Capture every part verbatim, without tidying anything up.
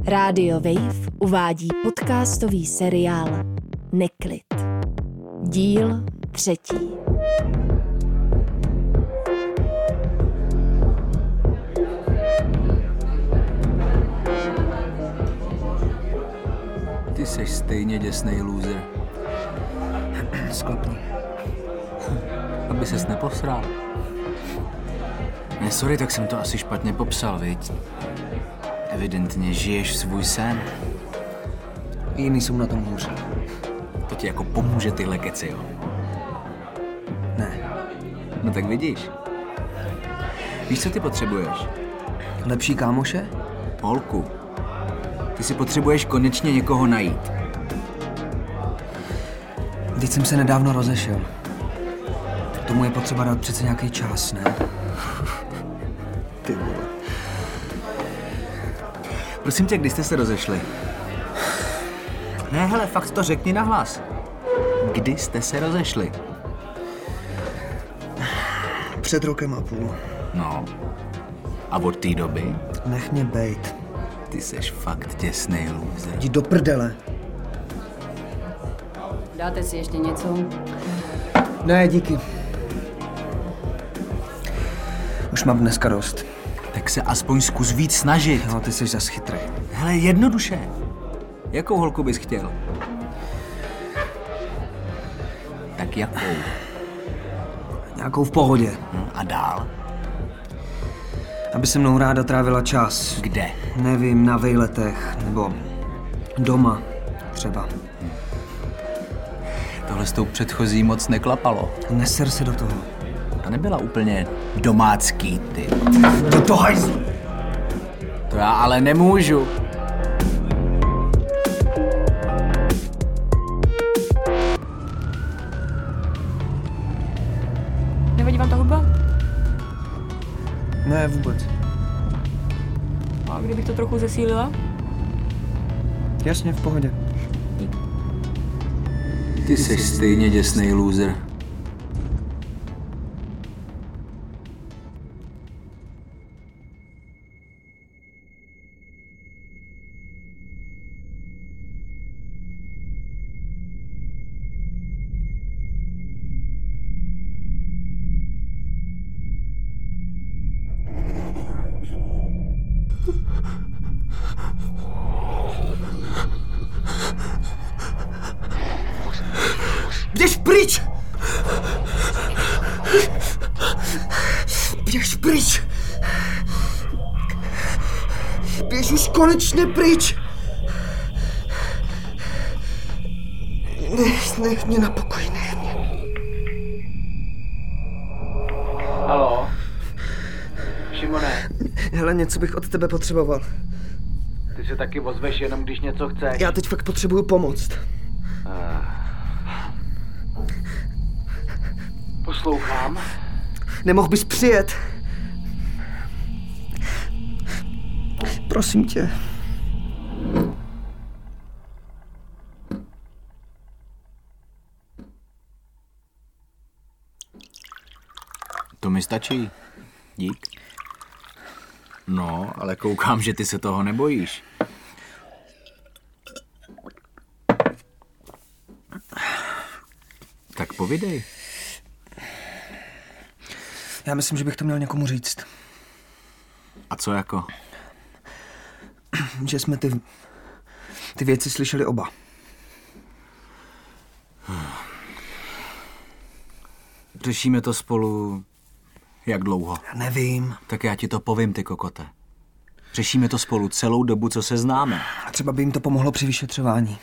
Rádio Wave uvádí podcastový seriál Neklid. Díl třetí. Ty seš stejně děsnej loser. Sklapni. Aby ses neposral. Ne, sorry, tak jsem to asi špatně popsal, viď? Evidentně žiješ svůj sen. Jiný jsou na tom hůř. To ti jako pomůže tyhle keci, jo? Ne. No tak vidíš. Víš, co ty potřebuješ? Lepší kámoše? Holku. Ty si potřebuješ konečně někoho najít. Teď jsem se nedávno rozešel. Tomu je potřeba dát přece nějaký čas, ne? Ty vole. Prosím tě, kdy jste se rozešli? Ne, hele, fakt to řekni nahlas. Kdy jste se rozešli? Před rokem a půl. No. A od té doby? Nech mě bejt. Ty seš fakt těsnej loser. Jdi do prdele. Dáte si ještě něco? Ne, díky. Už mám dneska dost. Tak se aspoň zkus víc snažit. No, ty jsi zas chytrej. Hele, jednoduše. Jakou holku bys chtěl? Tak jakou? Nějakou v pohodě. Hm, a dál? Aby se mnou ráda trávila čas. Kde? Nevím, na vejletech, nebo doma třeba. Tohle s tou předchozí moc neklapalo. Neser se do toho. Ta nebyla úplně domácký typ. Do toho hajzlu! To já ale nemůžu. Nevadí vám ta hudba? Ne, vůbec. A kdybych to trochu zesílila? Jasně, v pohodě. Ty jsi stejně děsnej loser. Běž pryč! Běž pryč! Běž už konečně pryč! Nech, nech mě na pokoji, nech mě. Haló? Šimone, Hele, něco bych od tebe potřeboval. ty se taky ozveš jenom, když něco chceš. Já teď fakt potřebuju pomoct. Poslouchám. Nemohl bys přijet? Prosím tě. To mi stačí. Dík. No, ale koukám, že ty se toho nebojíš. Tak povidej. Já myslím, že bych to měl někomu říct. A co jako? Že jsme ty, ty věci slyšeli oba. Řešíme to spolu jak dlouho? Nevím. Tak já ti to povím, ty kokote. Řešíme to spolu celou dobu, co se známe. A třeba by jim to pomohlo při vyšetřování.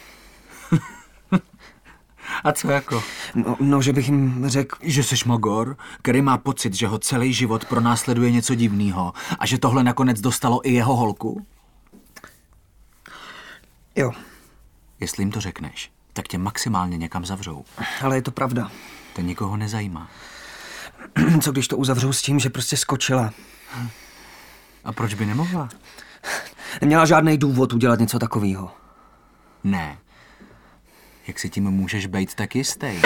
A co jako? No, no že bych jim řekl... Že jsi magor, který má pocit, že ho celý život pronásleduje něco divného a že tohle nakonec dostalo i jeho holku? Jo. Jestli jim to řekneš, tak tě maximálně někam zavřou. Ale je to pravda. To nikoho nezajímá. Co když to uzavřou s tím, že prostě skočila? A proč by nemohla? Neměla žádný důvod udělat něco takového. Ne. Jak si tím můžeš být tak jistý?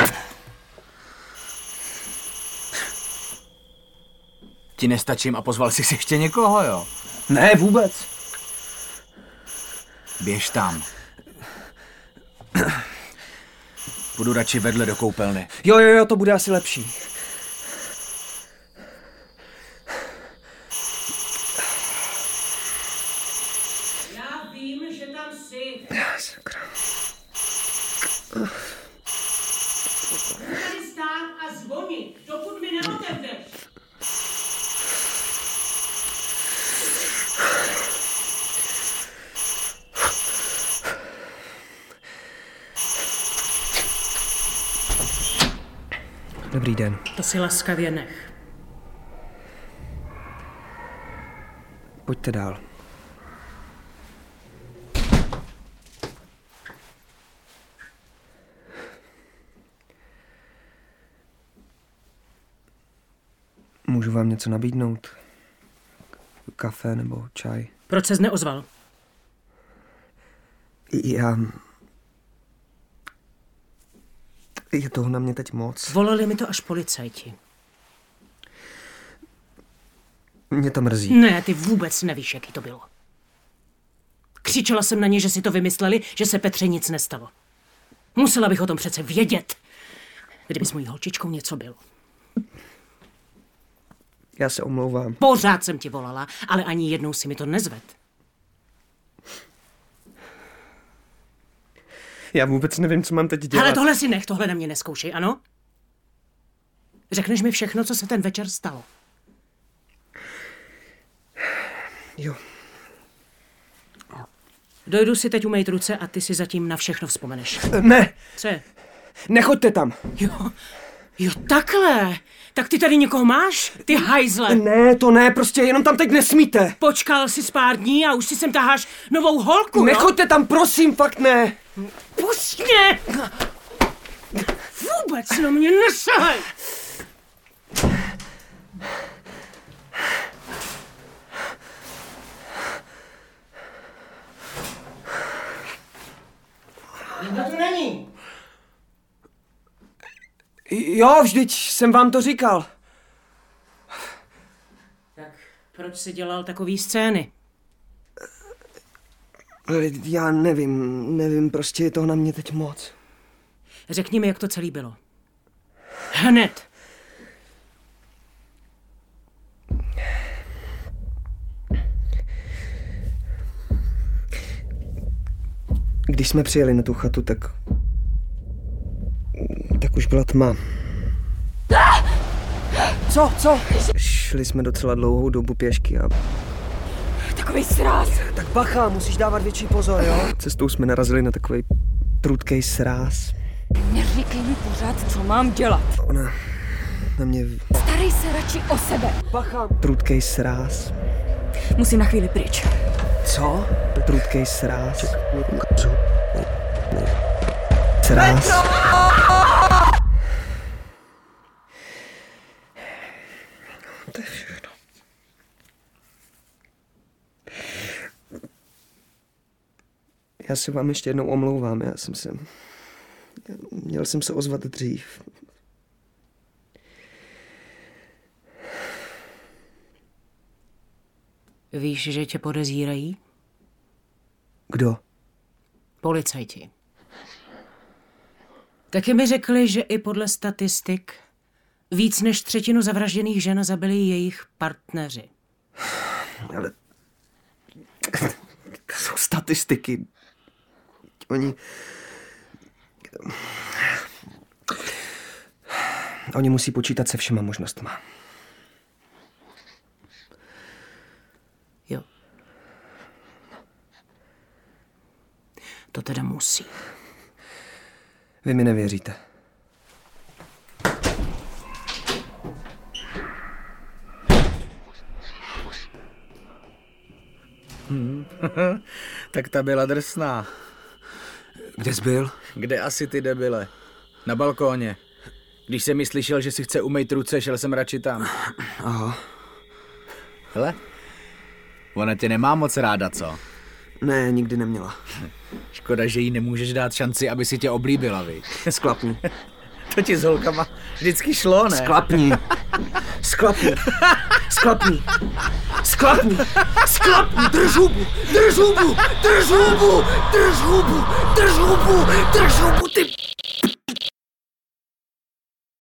Ti nestačím a pozval jsi si ještě někoho, jo? Ne, vůbec. Běž tam. Půjdu radši vedle do koupelny. Jo, jo, jo, to bude asi lepší. Já vím, že tam jsi. Sakra. Tady stát a zvonit, dokud mi neotevřeš. Dobrý den. To si laskavě nech. Pojďte dál. Můžu vám něco nabídnout? Kafe nebo čaj? Proč ses neozval? Já... Je toho na mě teď moc. Volali mi to až policajti. Mě to mrzí. Ne, ty vůbec nevíš, jaký to bylo. Křičela jsem na ně, že si to vymysleli, že se Petře nic nestalo. Musela bych o tom přece vědět, kdyby s mojí holčičkou něco bylo. Já se omlouvám. Pořád jsem ti volala, ale ani jednou si mi to nezved. Já vůbec nevím, co mám teď dělat. Ale tohle si nech, tohle na mě neskoušej, ano? Řekneš mi všechno, co se ten večer stalo. Jo. Dojdu si teď umýt ruce a ty si zatím na všechno vzpomeneš. Ne! Co je? Nechoďte tam! Jo, jo takhle. Tak ty tady někoho máš? Ty hajzle. Ne, to ne, prostě jenom tam teď nesmíte. Počkal jsi pár dní a už si sem taháš novou holku, jo? Nechoďte tam, prosím, fakt ne! Pusť mě! Vůbec na mě nesahej! Nikdo tu není. Jo, vždyť jsem vám to říkal. Tak proč jsi dělal takový scény? Já nevím, nevím, prostě je toho na mě teď moc. Řekni mi, jak to celý bylo. Hned. Když jsme přijeli na tu chatu, tak... Tak už byla tma. Co, co? Šli jsme docela dlouhou dobu pěšky a... Takový sráz. Tak bacha, musíš dávat větší pozor, jo? Cestou jsme narazili na takový prudkej sráz. Neříkej mi pořád, co mám dělat. Ona na mě... Starej se radši o sebe. Bacha! Prudkej sráz. Musím na chvíli pryč. Co? Prudkej sráz. Co? Sráz. To je všechno. Já se vám ještě jednou omlouvám, já jsem se... Měl jsem se ozvat dřív. Víš, že tě podezírají? Kdo? Policajti. Taky mi řekli, že i podle statistik víc než třetinu zavražděných žen zabili jejich partneři. Ale... To jsou statistiky. Oni... Oni musí počítat se všema možnostma. Jo. To teda musí. Vy mi nevěříte. Hmm. Tak ta byla drsná. Kde jsi byl? Kde asi, ty debile? Na balkóně. Když jsem mi slyšel, že si chce umýt ruce, šel jsem radši tam. Aha. Hele, ona tě nemá moc ráda, co? Ne, nikdy neměla. Škoda, že jí nemůžeš dát šanci, aby si tě oblíbila, viď? Sklapni. To ti s holkama vždycky šlo, ne? Sklapni. Sklapni. Sklapni. Sklapni. Sklapni. Drž hubu. Drž hubu. Drž hubu. Drž hubu. Drž hubu. Drž hubu, ty...